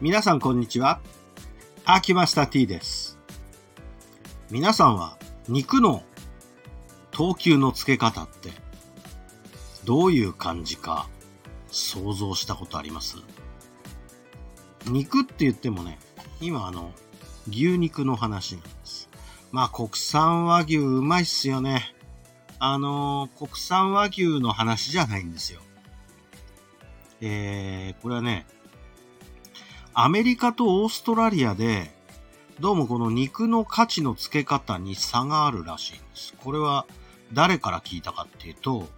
皆さんこんにちは。アキマスター T です。皆さんは肉の等級の付け方ってどういう感じか想像したことあります？肉って言ってもね、今牛肉の話なんです。国産和牛うまいっすよね。国産和牛の話じゃないんですよ。これはね、アメリカとオーストラリアでどうもこの肉の価値の付け方に差があるらしいんです。これは誰から聞いたかっていうと、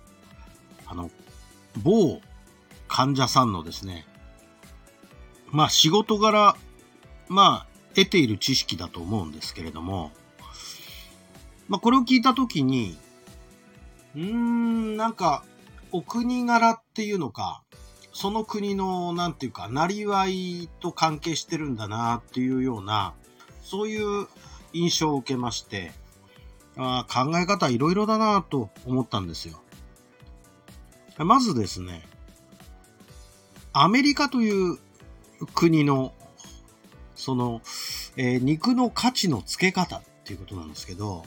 某患者さんのですね、仕事柄、得ている知識だと思うんですけれども、これを聞いたときに、お国柄っていうのか、その国の、なりわいと関係してるんだなっていうような、そういう印象を受けまして、考え方いろいろだなと思ったんですよ。まずですね、アメリカという国の、肉の価値の付け方っていうことなんですけど、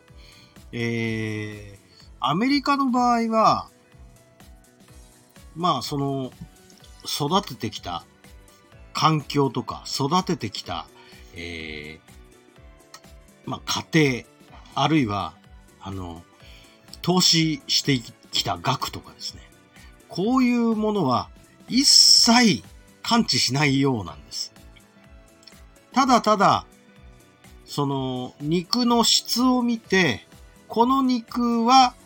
アメリカの場合は、育ててきた環境とか、育ててきた、家庭、あるいは、投資してきた額とかですね。こういうものは一切感知しないようなんです。ただただ、肉の質を見て、この肉は、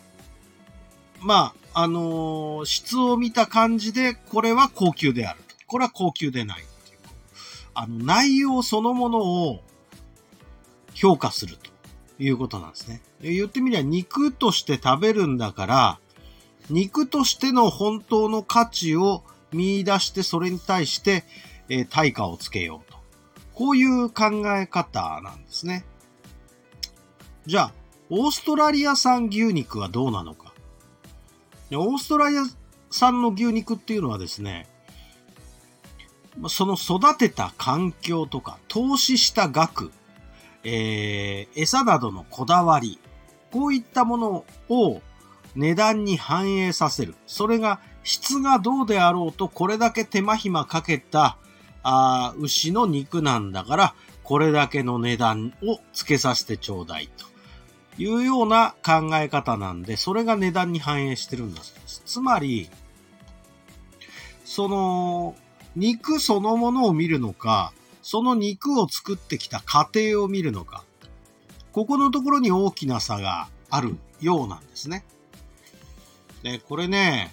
質を見た感じで、これは高級である。これは高級でないっていう。内容そのものを評価するということなんですね。言ってみりゃ肉として食べるんだから、肉としての本当の価値を見出して、それに対して、対価をつけようと。こういう考え方なんですね。じゃあ、オーストラリア産牛肉はどうなのか。オーストラリア産の牛肉っていうのはですね、その育てた環境とか、投資した額、餌などのこだわり、こういったものを値段に反映させる。それが質がどうであろうと、これだけ手間暇かけた牛の肉なんだから、これだけの値段をつけさせてちょうだいというような考え方なんで、それが値段に反映してるんだそうです。つまり、肉そのものを見るのか、その肉を作ってきた過程を見るのか、ここのところに大きな差があるようなんですね。で、これね、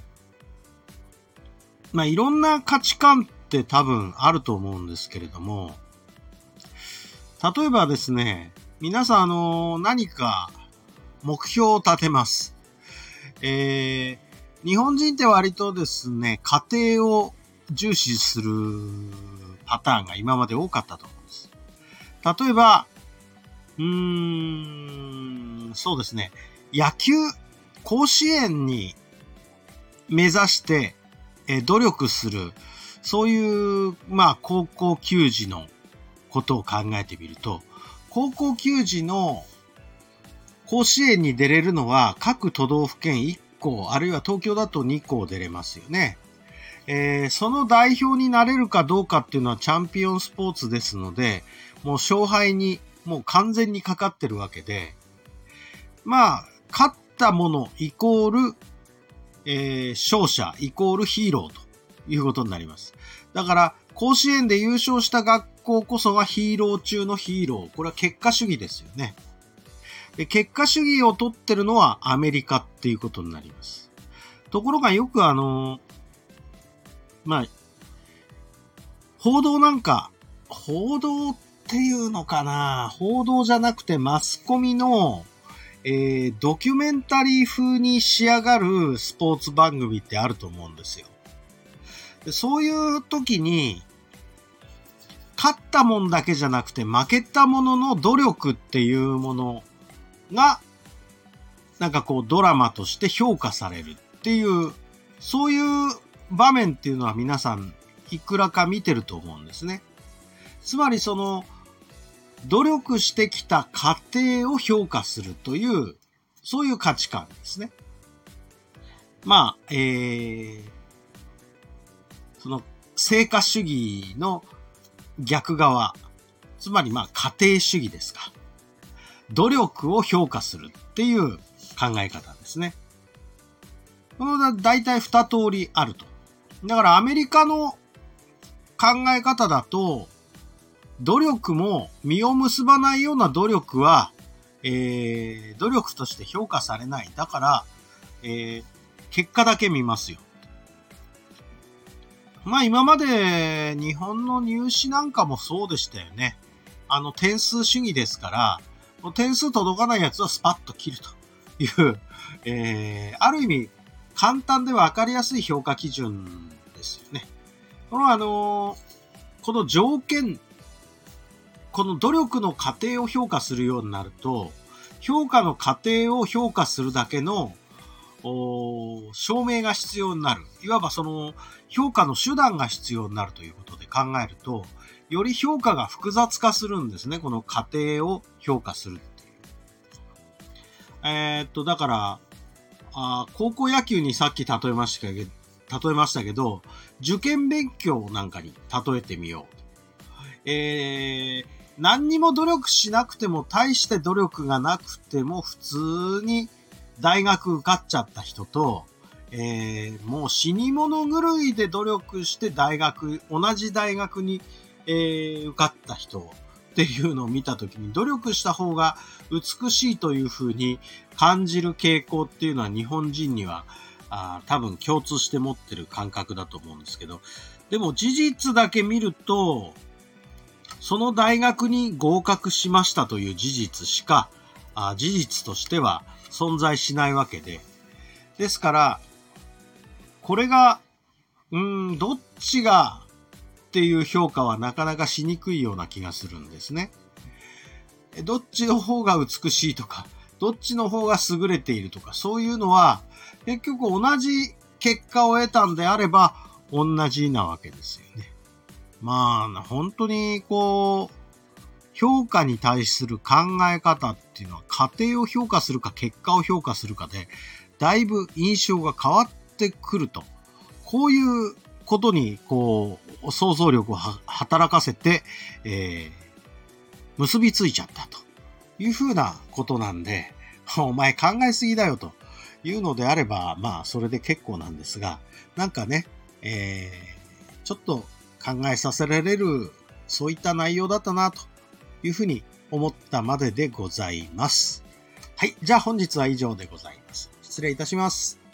いろんな価値観って多分あると思うんですけれども、例えばですね、皆さん何か目標を立てます。日本人って割とですね、家庭を重視するパターンが今まで多かったと思うんです。例えば、そうですね、野球、甲子園に目指して、努力する、そういう、高校球児のことを考えてみると、高校球児の甲子園に出れるのは各都道府県1校、あるいは東京だと2校出れますよね。その代表になれるかどうかっていうのはチャンピオンスポーツですので、もう勝敗にもう完全にかかってるわけで、勝ったものイコール、勝者イコールヒーローということになります。だから、甲子園で優勝した学校こそがヒーロー中のヒーロー。これは結果主義ですよね。で、結果主義を取ってるのはアメリカっていうことになります。ところがよく報道っていうのかな、報道じゃなくてマスコミの、ドキュメンタリー風に仕上がるスポーツ番組ってあると思うんですよ。で、そういう時に、勝ったもんだけじゃなくて負けたものの努力っていうものが、ドラマとして評価されるっていう、そういう場面っていうのは皆さんいくらか見てると思うんですね。 つまりその、努力してきた過程を評価するという、そういう価値観ですね。まあ、その、成果主義の逆側、つまりまあ、過程主義ですか。努力を評価するっていう考え方ですね。この大体2通りあると。だからアメリカの考え方だと、努力も実を結ばないような努力は、努力として評価されない。だから、結果だけ見ますよ。まあ今まで日本の入試なんかもそうでしたよね。点数主義ですから、点数届かないやつはスパッと切るという、ある意味簡単でわかりやすい評価基準ですよね。この条件、この努力の過程を評価するようになると、評価の過程を評価するだけの証明が必要になる。いわばその評価の手段が必要になるということで考えると、より評価が複雑化するんですね。この過程を評価するっていう。だから高校野球にさっき例えましたけど、受験勉強なんかに例えてみよう。何にも努力しなくても、大して努力がなくても、普通に大学受かっちゃった人と、もう死に物狂いで努力して同じ大学に、受かった人っていうのを見たときに、努力した方が美しいというふうに感じる傾向っていうのは日本人には多分共通して持ってる感覚だと思うんですけど、でも事実だけ見ると、その大学に合格しましたという事実しか、事実としては存在しないわけで。ですから、これが、どっちがっていう評価はなかなかしにくいような気がするんですね。どっちの方が美しいとか、どっちの方が優れているとか、そういうのは、結局同じ結果を得たんであれば、同じなわけですよね。まあ、本当に評価に対する考え方っていうのは、過程を評価するか結果を評価するかで、だいぶ印象が変わってくると。こういうことに、想像力を働かせて、結びついちゃったというふうなことなんで、お前考えすぎだよというのであれば、まあ、それで結構なんですが、なんかね、ちょっと考えさせられる、そういった内容だったなというふうに思ったまででございます。はい。じゃあ本日は以上でございます。失礼いたします。